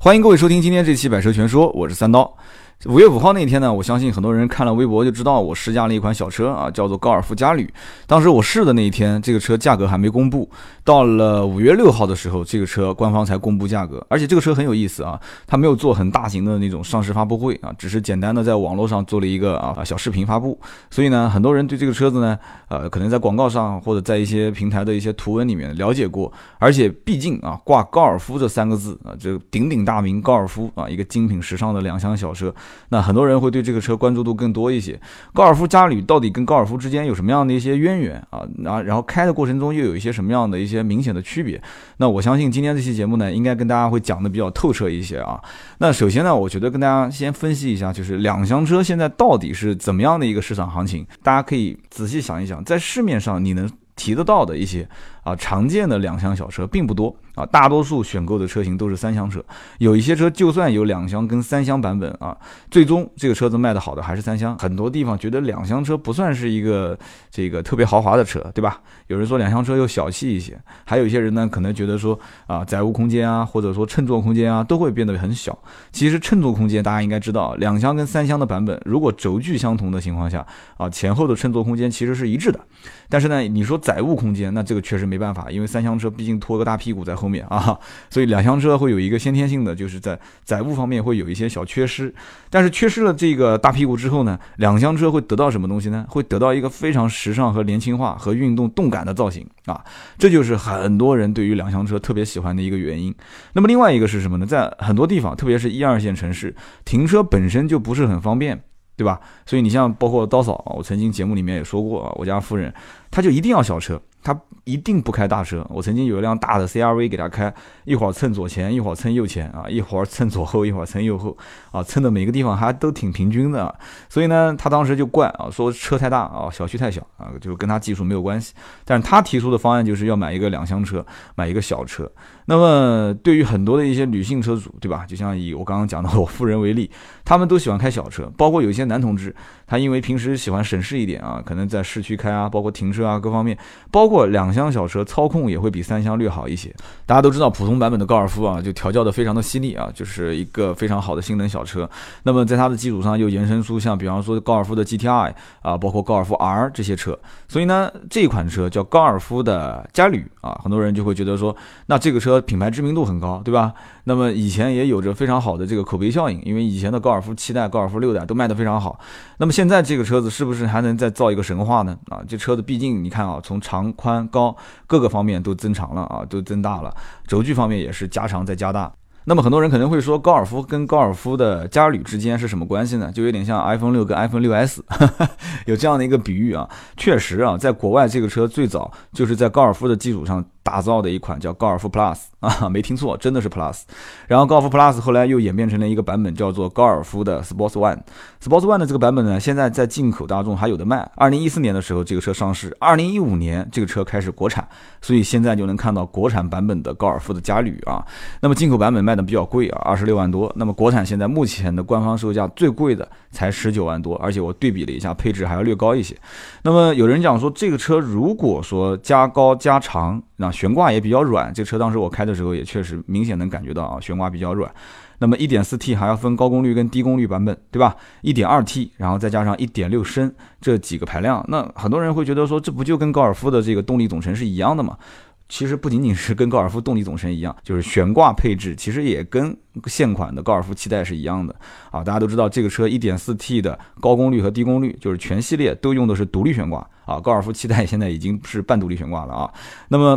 欢迎各位收听今天这期百车全说，我是三刀。5月5号那天呢，我相信很多人看了微博就知道我试驾了一款小车啊，叫做高尔夫嘉旅。当时我试的那一天，这个车价格还没公布，到了5月6号的时候，这个车官方才公布价格。而且这个车很有意思啊，它没有做很大型的那种上市发布会啊，只是简单的在网络上做了一个小视频发布。所以呢，很多人对这个车子呢，可能在广告上或者在一些平台的一些图文里面了解过。而且毕竟啊，挂高尔夫这3个字啊，这鼎鼎大名高尔夫啊，一个精品时尚的两厢小车。那很多人会对这个车关注度更多一些。高尔夫嘉旅到底跟高尔夫之间有什么样的一些渊源啊？然后开的过程中又有一些什么样的一些明显的区别？那我相信今天这期节目呢，应该跟大家会讲的比较透彻一些啊。那首先呢，我觉得跟大家先分析一下，就是两厢车现在到底是怎么样的一个市场行情？大家可以仔细想一想，在市面上你能提得到的一些常见的两厢小车并不多啊，大多数选购的车型都是3厢车，有一些车就算有2厢跟3厢版本啊，最终这个车子卖的好的还是3厢。很多地方觉得2厢车不算是一个这个特别豪华的车，对吧？有人说2厢车又小气一些，还有一些人呢可能觉得说载物空间啊，或者说乘坐空间啊都会变得很小。其实乘坐空间大家应该知道，2厢跟3厢的版本如果轴距相同的情况下前后的乘坐空间其实是一致的。但是呢，你说载物空间，那这个确实没办法，因为3厢车毕竟拖个大屁股在后面啊，所以2厢车会有一个先天性的，就是在载物方面会有一些小缺失。但是缺失了这个大屁股之后呢，2厢车会得到什么东西呢？会得到一个非常时尚和年轻化和运动动感的造型啊，这就是很多人对于2厢车特别喜欢的一个原因。那么另外一个是什么呢？在很多地方，特别是1、2线城市，停车本身就不是很方便，对吧？所以你像包括刀嫂，我曾经节目里面也说过我家夫人她就一定要小车，她一定不开大车。我曾经有一辆大的 CRV 给她开，一会儿蹭左前，一会儿蹭右前一会儿蹭左后，一会儿蹭右后蹭的每个地方还都挺平均的所以呢，她当时就怪说车太大小区太小就跟她技术没有关系。但是她提出的方案就是要买一个2厢车，买一个小车。那么对于很多的一些女性车主，对吧？就像以我刚刚讲的我夫人为例，他们都喜欢开小车，包括有一些男同志，他因为平时喜欢省事一点可能在市区开包括停车各方面，包括2厢小车操控也会比3厢略好一些。大家都知道普通版本的高尔夫就调教的非常的犀利就是一个非常好的性能小车。那么在它的基础上又延伸出像比方说高尔夫的 GTI 包括高尔夫 R 这些车。所以呢，这款车叫高尔夫的嘉旅很多人就会觉得说，那这个车品牌知名度很高，对吧？那么以前也有着非常好的这个口碑效应，因为以前的高尔夫7代、高尔夫6代都卖得非常好。那么现在这个车子是不是还能再造一个神话呢？这车子毕竟你看从长宽高各个方面都增长了都增大了，轴距方面也是加长再加大。那么很多人可能会说，高尔夫跟高尔夫的嘉旅之间是什么关系呢？就有点像 iPhone 6跟 iPhone 6S 有这样的一个比喻确实在国外这个车最早就是在高尔夫的基础上打造的一款叫高尔夫 Plus 没听错，真的是 Plus。 然后高尔夫 Plus 后来又演变成了一个版本叫做高尔夫的 Sports One。Sports One 的这个版本呢，现在在进口大众还有的卖。2014年的时候这个车上市，2015年这个车开始国产，所以现在就能看到国产版本的高尔夫的嘉旅那么进口版本卖的比较贵26万多，那么国产现在目前的官方售价最贵的才19万多，而且我对比了一下，配置还要略高一些。那么有人讲说，这个车如果说加高加长，那悬挂也比较软，这车当时我开的时候也确实明显能感觉到悬挂比较软。那么 1.4T 还要分高功率跟低功率版本，对吧？ 1.2T 然后再加上 1.6 升这几个排量，那很多人会觉得说，这不就跟高尔夫的这个动力总成是一样的吗？其实不仅仅是跟高尔夫动力总成一样，就是悬挂配置其实也跟现款的高尔夫7代是一样的大家都知道这个车 1.4T 的高功率和低功率，就是全系列都用的是独立悬挂高尔夫7代现在已经是半独立悬挂了那么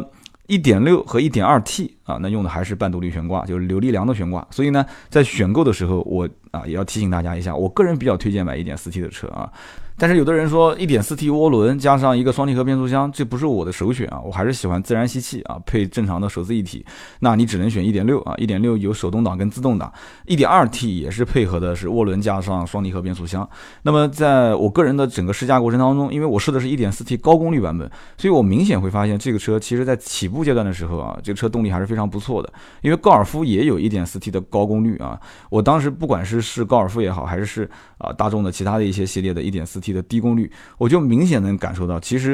1.6 和 1.2T 那用的还是半独立悬挂，就是扭力梁的悬挂。所以呢，在选购的时候我也要提醒大家一下，我个人比较推荐买 1.4T 的车但是有的人说 1.4T 涡轮加上一个双离合变速箱，这不是我的首选我还是喜欢自然吸气配正常的手自一体，那你只能选 1.6 1.6 有手动挡跟自动挡。 1.2T 也是配合的是涡轮加上双离合变速箱。那么在我个人的整个试驾过程当中，因为我试的是 1.4T 高功率版本，所以我明显会发现这个车其实在起步阶段的时候这个车动力还是非常不错的。因为高尔夫也有 1.4T 的高功率我当时不管是试高尔夫也好，还是大众的其他的一些系列的 1.4T 的低功率，我就明显能感受到，其实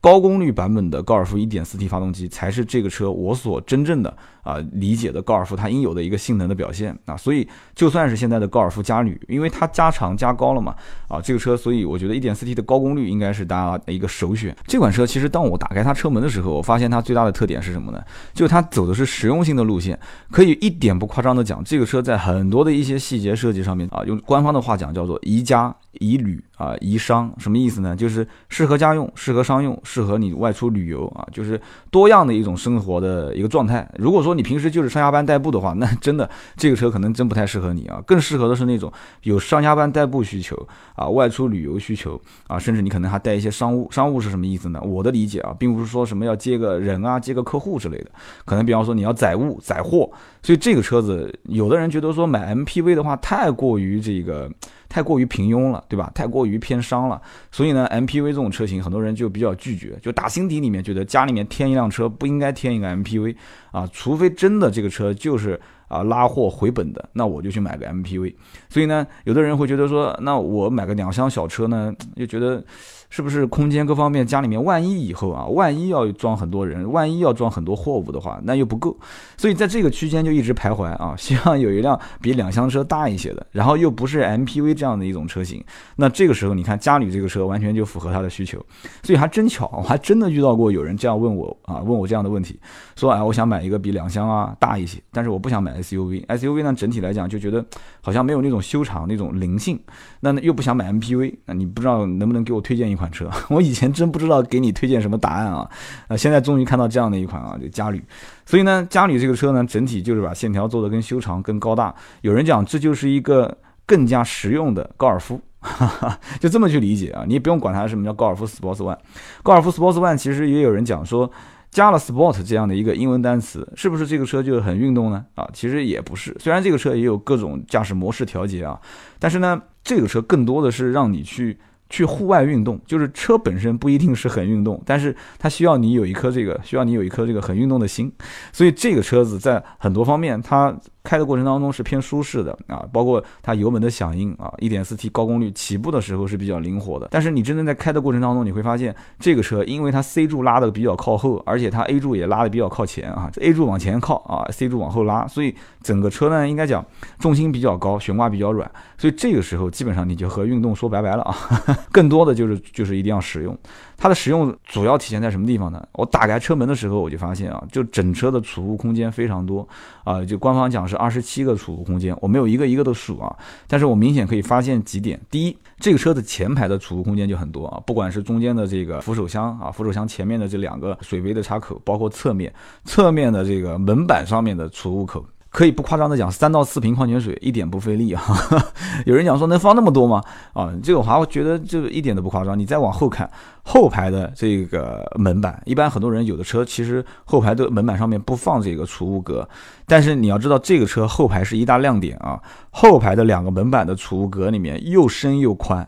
高功率版本的高尔夫 1.4T 发动机才是这个车我所真正的理解的高尔夫它应有的一个性能的表现啊。所以就算是现在的高尔夫嘉旅，因为它加长加高了嘛这个车，所以我觉得 1.4T 的高功率应该是大家的一个首选。这款车其实当我打开它车门的时候，我发现它最大的特点是什么呢？就它走的是实用性的路线，可以一点不夸张的讲，这个车在很多的一些细节设计上面用官方的话讲叫做宜家宜旅宜商。什么意思呢？就是适合家用，适合商用，适合你外出旅游就是多样的一种生活的一个状态。如果说你平时就是上下班代步的话，那真的这个车可能真不太适合你更适合的是那种有上下班代步需求外出旅游需求甚至你可能还带一些商务。商务是什么意思呢？我的理解并不是说什么要接个人接个客户之类的，可能比方说你要载物载货。所以这个车子有的人觉得说买 MPV 的话太过于平庸了，对吧？太过于偏商了。所以呢 MPV 这种车型很多人就比较拒绝，就打心底里面觉得家里面添一辆车不应该添一个 MPV 除非真的这个车就是拉货回本的，那我就去买个 MPV。 所以呢有的人会觉得说，那我买个2厢小车呢，就觉得是不是空间各方面家里面万一以后万一要装很多人，万一要装很多货物的话，那又不够。所以在这个区间就一直徘徊希望有一辆比2厢车大一些的，然后又不是 MPV 这样的一种车型。那这个时候你看嘉旅这个车完全就符合他的需求。所以还真巧，我还真的遇到过有人这样问我问我这样的问题，说我想买一个比2厢大一些，但是我不想买 SUV 呢整体来讲就觉得好像没有那种修长那种灵性，那又不想买 MPV， 那你不知道能不能给我推荐一款车？我以前真不知道给你推荐什么答案现在终于看到这样的一款就嘉旅。所以呢嘉旅这个车呢整体就是把线条做得更修长更高大，有人讲这就是一个更加实用的高尔夫就这么去理解你也不用管它什么叫高尔夫 Sports One。 高尔夫 Sports One 其实也有人讲说加了 Sport 这样的一个英文单词，是不是这个车就很运动呢？其实也不是，虽然这个车也有各种驾驶模式调节但是呢这个车更多的是让你去户外运动，就是车本身不一定是很运动，但是它需要你有一颗这个很运动的心。所以这个车子在很多方面它开的过程当中是偏舒适的包括它油门的响应1.4T 高功率起步的时候是比较灵活的。但是你真正在开的过程当中，你会发现这个车因为它 C 柱拉的比较靠后，而且它 A 柱也拉的比较靠前A 柱往前靠C 柱往后拉，所以整个车呢应该讲重心比较高，悬挂比较软，所以这个时候基本上你就和运动说拜拜了更多的就是一定要实用。它的实用主要体现在什么地方呢？我打开车门的时候我就发现就整车的储物空间非常多就官方讲是27个储物空间，我没有一个一个的数但是我明显可以发现几点。第一，这个车的前排的储物空间就很多不管是中间的这个扶手箱扶手箱前面的这2个水杯的插口，包括侧面的这个门板上面的储物口，可以不夸张的讲3到4瓶矿泉水一点不费力有人讲说能放那么多吗？这个话我觉得就一点都不夸张。你再往后看后排的这个门板，一般很多人有的车其实后排的门板上面不放这个储物格，但是你要知道这个车后排是一大亮点后排的2个门板的储物格里面又深又宽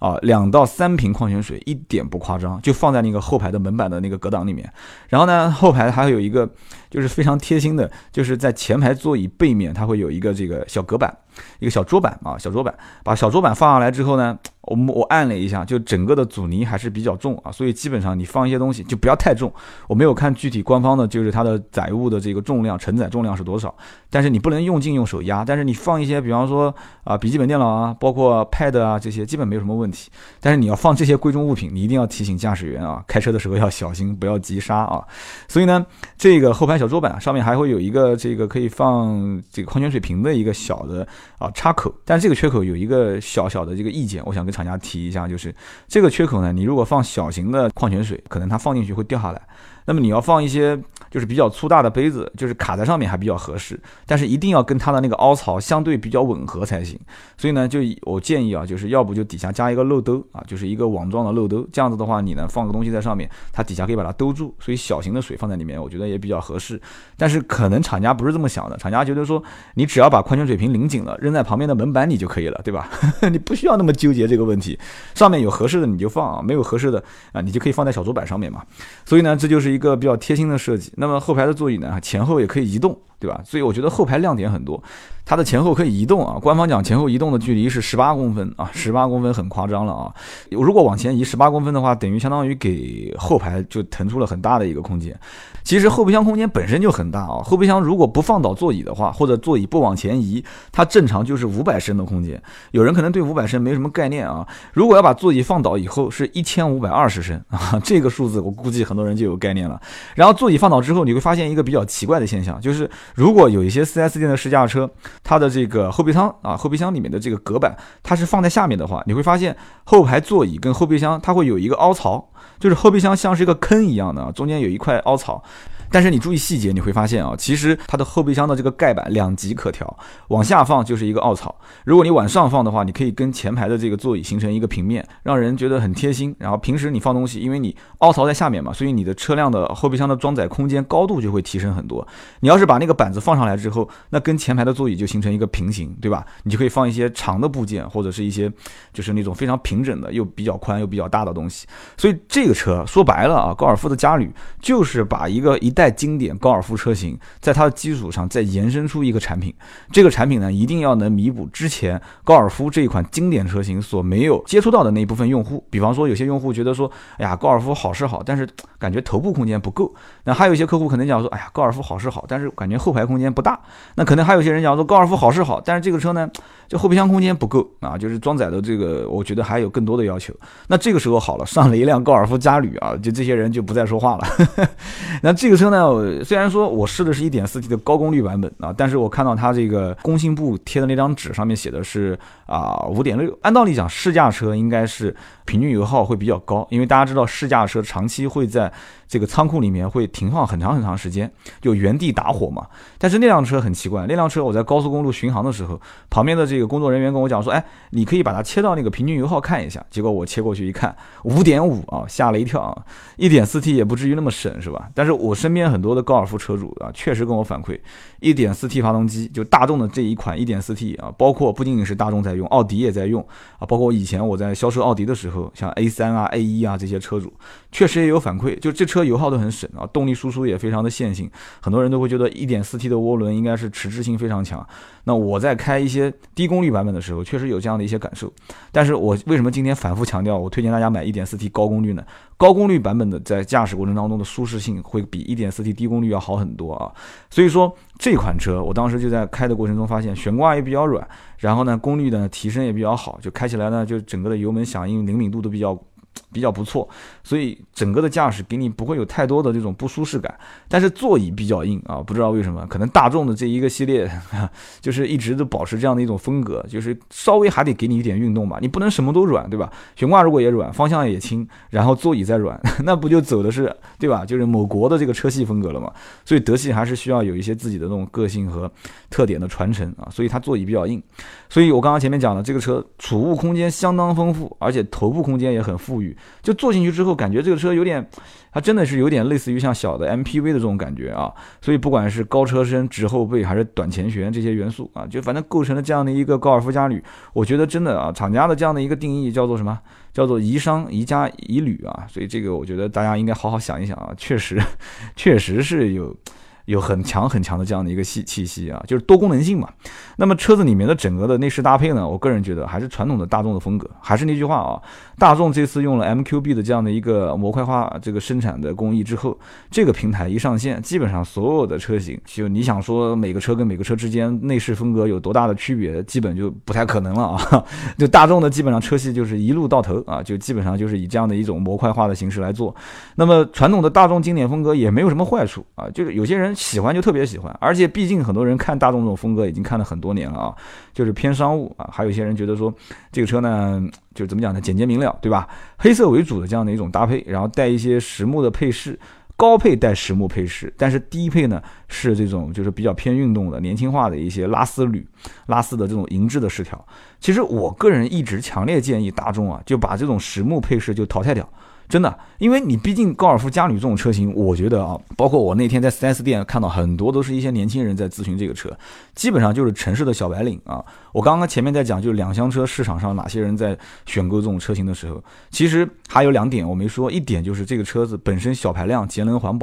2到3瓶矿泉水一点不夸张，就放在那个后排的门板的那个格挡里面。然后呢后排还有一个就是非常贴心的，就是在前排座椅背面它会有一个这个小隔板，一个小桌板小桌板。把小桌板放上来之后呢，我按了一下，就整个的阻尼还是比较重所以基本上你放一些东西就不要太重。我没有看具体官方的就是它的载物的这个重量承载重量是多少，但是你不能用劲用手压，但是你放一些比方说笔记本电脑包括 pad 这些基本没有什么问题。但是你要放这些贵重物品，你一定要提醒驾驶员开车的时候要小心，不要急刹所以呢这个后排小桌板上面还会有一个这个可以放这个矿泉水瓶的一个小的插口。但是这个缺口有一个小小的这个意见，我想跟厂家提一下，就是这个缺口呢，你如果放小型的矿泉水，可能它放进去会掉下来。那么你要放一些就是比较粗大的杯子，就是卡在上面还比较合适，但是一定要跟它的那个凹槽相对比较吻合才行。所以呢就我建议就是要不就底下加一个漏兜就是一个网状的漏兜，这样子的话你呢放个东西在上面，它底下可以把它兜住，所以小型的水放在里面我觉得也比较合适。但是可能厂家不是这么想的，厂家觉得说你只要把矿泉水瓶拧紧了扔在旁边的门板里就可以了，对吧你不需要那么纠结这个问题，上面有合适的你就放没有合适的你就可以放在小桌板上面嘛。所以呢这就是一个比较贴心的设计。那么后排的座椅呢前后也可以移动， 对吧？所以我觉得后排亮点很多，它的前后可以移动啊，官方讲前后移动的距离是18公分啊，18公分很夸张了啊。如果往前移18公分的话，等于相当于给后排就腾出了很大的一个空间。其实后备箱空间本身就很大啊，后备箱如果不放倒座椅的话，或者座椅不往前移，它正常就是500升的空间。有人可能对500升没什么概念啊，如果要把座椅放倒以后是1520升啊，这个数字我估计很多人就有概念了。然后座椅放倒之后，你会发现一个比较奇怪的现象，就是如果有一些 4S 店的试驾车，它的这个后备舱啊，后备箱里面的这个隔板它是放在下面的话，你会发现后排座椅跟后备箱它会有一个凹槽，就是后备箱像是一个坑一样的，中间有一块凹槽。但是你注意细节，你会发现啊，其实它的后备箱的这个盖板两极可调，往下放就是一个凹槽，如果你往上放的话，你可以跟前排的这个座椅形成一个平面，让人觉得很贴心。然后平时你放东西，因为你凹槽在下面嘛，所以你的车辆的后备箱的装载空间高度就会提升很多。你要是把那个板子放上来之后，那跟前排的座椅就形成一个平行，对吧？你就可以放一些长的部件，或者是一些就是那种非常平整的又比较宽又比较大的东西。所以这个车说白了啊，高尔夫的嘉旅就是把一代经典高尔夫车型，在它的基础上再延伸出一个产品。这个产品呢，一定要能弥补之前高尔夫这一款经典车型所没有接触到的那一部分用户。比方说，有些用户觉得说，哎呀，高尔夫好是好，但是感觉头部空间不够。那还有一些客户可能讲说，哎呀，高尔夫好是好，但是感觉后排空间不大。那可能还有些人讲说，高尔夫好是好，但是这个车呢，就后备箱空间不够啊，就是装载的这个，我觉得还有更多的要求。那这个时候好了，上了一辆高尔夫嘉旅啊，就这些人就不再说话了。那这个车呢，虽然说我试的是 1.4T 的高功率版本啊，但是我看到它这个工信部贴的那张纸上面写的是5.6，按道理讲试驾车应该是平均油耗会比较高，因为大家知道试驾车长期会在这个仓库里面会停放很长时间，就原地打火嘛。但是那辆车很奇怪，那辆车我在高速公路巡航的时候，旁边的这个工作人员跟我讲说，哎，你可以把它切到那个平均油耗看一下。结果我切过去一看 5.5 啊，吓了一跳啊。1.4T 也不至于那么省是吧？但是我身边很多的高尔夫车主啊，确实跟我反馈 1.4T 发动机，就大众的这一款 1.4T 啊，包括不仅仅是大众在用，奥迪也在用啊，包括以前我在销售奥迪的时候，像 A3 啊 A1 啊这些车主确实也有反馈，就这车油耗都很省啊，动力输出也非常的线性。很多人都会觉得 1.4T 的涡轮应该是持质性非常强，那我在开一些低功率版本的时候确实有这样的一些感受。但是我为什么今天反复强调我推荐大家买 1.4T 高功率呢？高功率版本的在驾驶过程当中的舒适性会比 1.4T 低功率要好很多啊。所以说这款车我当时就在开的过程中发现悬挂也比较软，然后呢功率的提升也比较好，就开起来呢就整个的油门响应灵敏度都比较不错，所以整个的驾驶给你不会有太多的这种不舒适感。但是座椅比较硬啊，不知道为什么，可能大众的这一个系列就是一直都保持这样的一种风格，就是稍微还得给你一点运动吧，你不能什么都软，对吧？悬挂如果也软，方向也轻，然后座椅再软，那不就走的是，对吧？就是某国的这个车系风格了嘛。所以德系还是需要有一些自己的那种个性和特点的传承啊，所以它座椅比较硬。所以我刚刚前面讲了，这个车储物空间相当丰富，而且头部空间也很富裕，就坐进去之后感觉这个车有点，它真的是有点类似于像小的 MPV 的这种感觉啊。所以不管是高车身、直后背还是短前悬这些元素啊，就反正构成了这样的一个高尔夫嘉旅。我觉得真的啊，厂家的这样的一个定义叫做什么？叫做宜商宜家宜旅啊。所以这个我觉得大家应该好好想一想啊，确实是有很强的这样的一个气息啊，就是多功能性嘛。那么车子里面的整个的内饰搭配呢，我个人觉得还是传统的大众的风格。还是那句话啊，大众这次用了 MQB 的这样的一个模块化这个生产的工艺之后，这个平台一上线，基本上所有的车型，就你想说每个车跟每个车之间内饰风格有多大的区别，基本就不太可能了啊。就大众的基本上车系就是一路到头啊，就基本上就是以这样的一种模块化的形式来做。那么传统的大众经典风格也没有什么坏处啊，就是有些人喜欢就特别喜欢，而且毕竟很多人看大众这种风格已经看了很多年了啊，就是偏商务啊。还有一些人觉得说这个车呢，就怎么讲呢，简洁明了，对吧？黑色为主的这样的一种搭配，然后带一些实木的配饰，高配带实木配饰，但是低配呢是这种就是比较偏运动的年轻化的一些拉丝的这种银质的饰条。其实我个人一直强烈建议大众啊，就把这种实木配饰就淘汰掉。真的，因为你毕竟高尔夫嘉旅这种车型，我觉得啊，包括我那天在 4S 店看到很多都是一些年轻人在咨询这个车，基本上就是城市的小白领啊。我刚刚前面在讲就是两厢车市场上哪些人在选购这种车型的时候，其实还有两点我没说，一点就是这个车子本身小排量节能环保，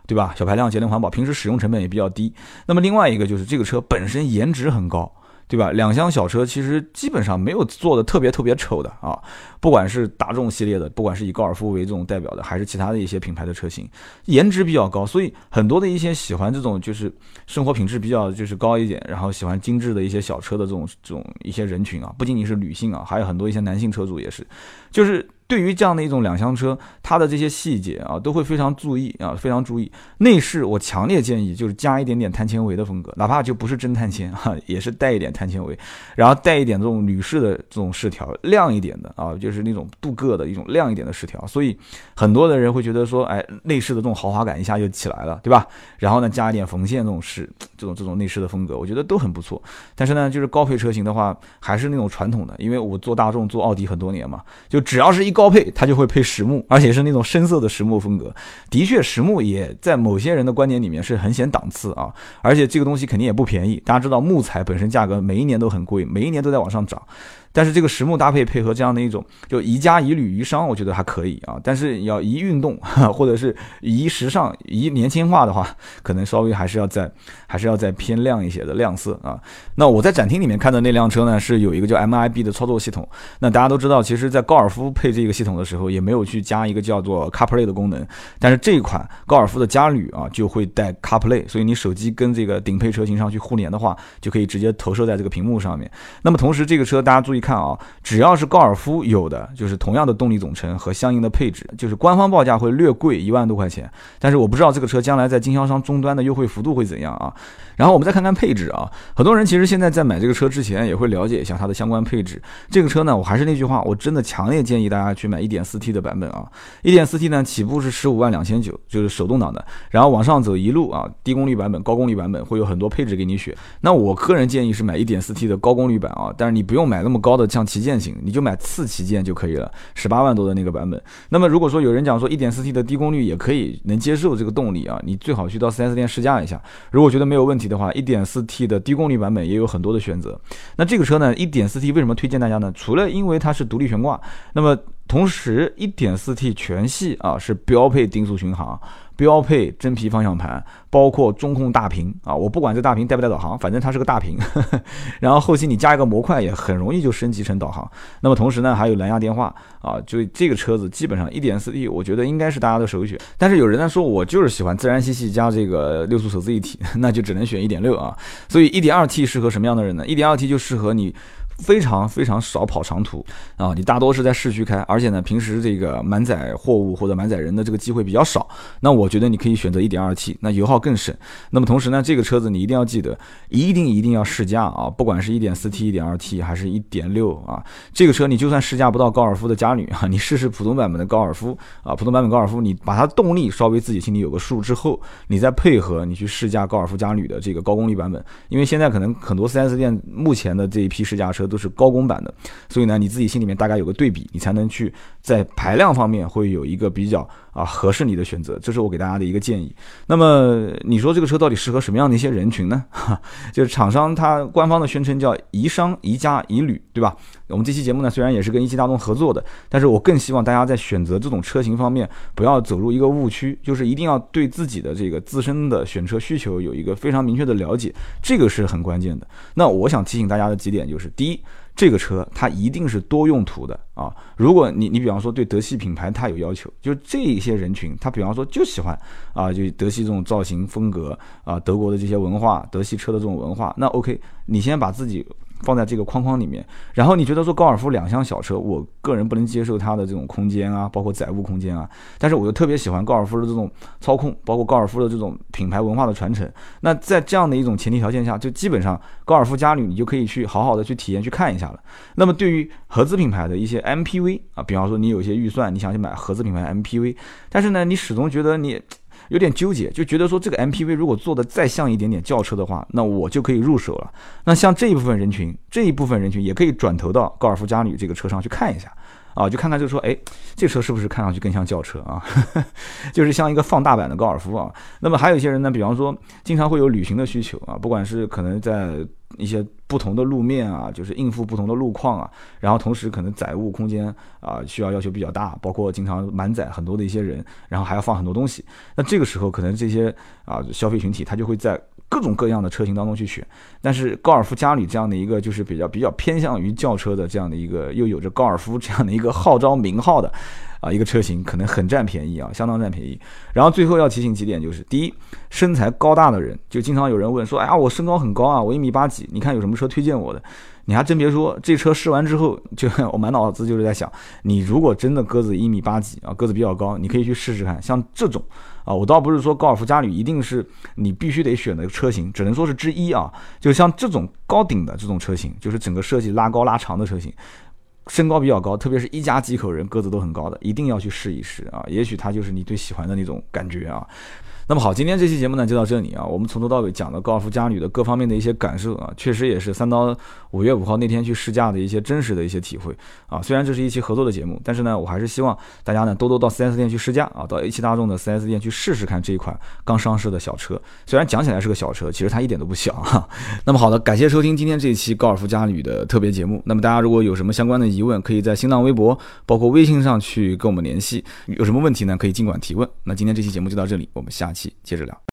对吧？小排量、节能环保，平时使用成本也比较低。那么另外一个就是这个车本身颜值很高，对吧？两厢小车其实基本上没有做的特别丑的啊，不管是大众系列的，不管是以高尔夫为这种代表的，还是其他的一些品牌的车型，颜值比较高，所以很多的一些喜欢这种就是生活品质比较就是高一点，然后喜欢精致的一些小车的这种一些人群啊，不仅仅是女性啊，还有很多一些男性车主也是，就是对于这样的一种两厢车，它的这些细节啊，都会非常注意啊，非常注意。内饰我强烈建议就是加一点点碳纤维的风格，哪怕就不是真碳纤哈，也是带一点碳纤维，然后带一点这种女士的这种饰条，亮一点的啊，就是那种镀铬的一种亮一点的饰条。所以很多的人会觉得说，哎，内饰的这种豪华感一下就起来了，对吧？然后呢，加一点缝线这种内饰的风格，我觉得都很不错。但是呢，就是高配车型的话，还是那种传统的，因为我做大众、做奥迪很多年嘛，就只要是一高配，它就会配实木，而且是那种深色的实木风格。的确，实木也在某些人的观点里面是很显档次啊，而且这个东西肯定也不便宜。大家知道木材本身价格每一年都很贵，每一年都在往上涨。但是这个实木搭配配合这样的一种就宜家宜旅宜商，我觉得还可以啊。但是要宜运动或者是宜时尚宜年轻化的话，可能稍微还是要再偏亮一些的亮色啊。那我在展厅里面看的那辆车呢，是有一个叫 MIB 的操作系统。那大家都知道，其实在高尔夫配这个系统的时候，也没有去加一个叫做 CarPlay 的功能。但是这一款高尔夫的嘉旅啊，就会带 CarPlay， 所以你手机跟这个顶配车型上去互联的话，就可以直接投射在这个屏幕上面。那么同时这个车大家注意看啊，只要是高尔夫有的，就是同样的动力总成和相应的配置，就是官方报价会略贵1万多块钱，但是我不知道这个车将来在经销商终端的优惠幅度会怎样啊。然后我们再看看配置啊，很多人其实现在在买这个车之前也会了解一下它的相关配置。这个车呢，我还是那句话，我真的强烈建议大家去买 1.4T 的版本啊。1.4T 呢起步是152900，就是手动挡的，然后往上走一路啊，低功率版本、高功率版本会有很多配置给你选。那我个人建议是买 1.4T 的高功率版啊，但是你不用买那么高的像旗舰型，你就买次旗舰就可以了，18万多的那个版本。那么如果说有人讲说 1.4T 的低功率也可以能接受这个动力啊，你最好去到 4S 店试驾一下。如果觉得没有问题的话， 1.4T 的低功率版本也有很多的选择。那这个车呢， 1.4T 为什么推荐大家呢？除了因为它是独立悬挂，那么同时 1.4T 全系啊是标配定速巡航，标配真皮方向盘，包括中控大屏啊，我不管这大屏带不带导航，反正它是个大屏然后后期你加一个模块也很容易就升级成导航。那么同时呢，还有蓝牙电话啊，就这个车子基本上 1.4T 我觉得应该是大家的首选。但是有人呢说我就是喜欢自然吸气加这个6速手自一体，那就只能选 1.6 啊。所以 1.2T 适合什么样的人呢？ 1.2T 就适合你非常非常少跑长途啊，你大多是在市区开，而且呢，平时这个满载货物或者满载人的这个机会比较少，那我觉得你可以选择 1.2T， 那油耗更省。那么同时呢，这个车子你一定要记得，一定要试驾啊，不管是 1.4T、1.2T 还是 1.6 啊，这个车你就算试驾不到高尔夫的嘉旅啊，你试试普通版本的高尔夫啊，普通版本高尔夫，你把它动力稍微自己心里有个数之后，你再配合你去试驾高尔夫嘉旅的这个高功率版本，因为现在可能很多 4S 店目前的这一批试驾车都是高功版的，所以呢，你自己心里面大概有个对比，你才能去在排量方面会有一个比较合适你的选择，这是我给大家的一个建议。那么你说这个车到底适合什么样的一些人群呢？就是厂商它官方的宣称叫宜商、宜家、宜旅，对吧？我们这期节目呢，虽然也是跟一汽大众合作的，但是我更希望大家在选择这种车型方面不要走入一个误区，就是一定要对自己的这个自身的选车需求有一个非常明确的了解，这个是很关键的。那我想提醒大家的几点就是：第一，这个车它一定是多用途的啊！如果你比方说对德系品牌它有要求，就这一些人群，他比方说就喜欢就德系这种造型风格德国的这些文化，德系车的这种文化，那 OK， 你先把自己放在这个框框里面，然后你觉得说高尔夫两厢小车，我个人不能接受它的这种空间包括载物空间但是我又特别喜欢高尔夫的这种操控，包括高尔夫的这种品牌文化的传承。那在这样的一种前提条件下，就基本上高尔夫嘉旅你就可以去好好的去体验去看一下了。那么对于合资品牌的一些 MPV 比方说你有一些预算，你想去买合资品牌 MPV， 但是呢你始终觉得你有点纠结，就觉得说这个 MPV 如果做的再像一点点轿车的话，那我就可以入手了。那像这一部分人群也可以转投到高尔夫嘉旅这个车上去看一下啊，就看看就说，哎，这车是不是看上去更像轿车啊？就是像一个放大版的高尔夫啊。那么还有一些人呢，比方说经常会有旅行的需求啊，不管是可能在一些不同的路面啊，就是应付不同的路况啊，然后同时可能载物空间啊要求比较大，包括经常满载很多的一些人，然后还要放很多东西。那这个时候可能这些消费群体他就会在各种各样的车型当中去选，但是高尔夫嘉旅这样的一个就是比较偏向于轿车的这样的一个，又有着高尔夫这样的一个号召名号的一个车型，可能很占便宜啊，相当占便宜。然后最后要提醒几点，就是第一，身材高大的人，就经常有人问说，哎呀，我身高很高啊，我1.8米，你看有什么车推荐我的？你还真别说，这车试完之后，就我满脑子就是在想，你如果真的个子1.8米啊，个子比较高，你可以去试试看，像这种啊，我倒不是说高尔夫嘉旅一定是你必须得选的车型，只能说是之一啊。就像这种高顶的这种车型，就是整个设计拉高拉长的车型，身高比较高，特别是一家几口人个子都很高的，一定要去试一试啊，也许它就是你最喜欢的那种感觉啊。那么好，今天这期节目呢就到这里啊，我们从头到尾讲了高尔夫嘉旅的各方面的一些感受啊，确实也是三刀5月5号那天去试驾的一些真实的一些体会啊。虽然这是一期合作的节目，但是呢，我还是希望大家呢多到 4S 店去试驾啊，到一汽大众的 4S 店去试试看这一款刚上市的小车。虽然讲起来是个小车，其实它一点都不小哈。那么好的，感谢收听今天这一期高尔夫嘉旅的特别节目。那么大家如果有什么相关的疑问，可以在新浪微博包括微信上去跟我们联系，有什么问题呢可以尽管提问。那今天这期节目就到这里，我们下期接着聊。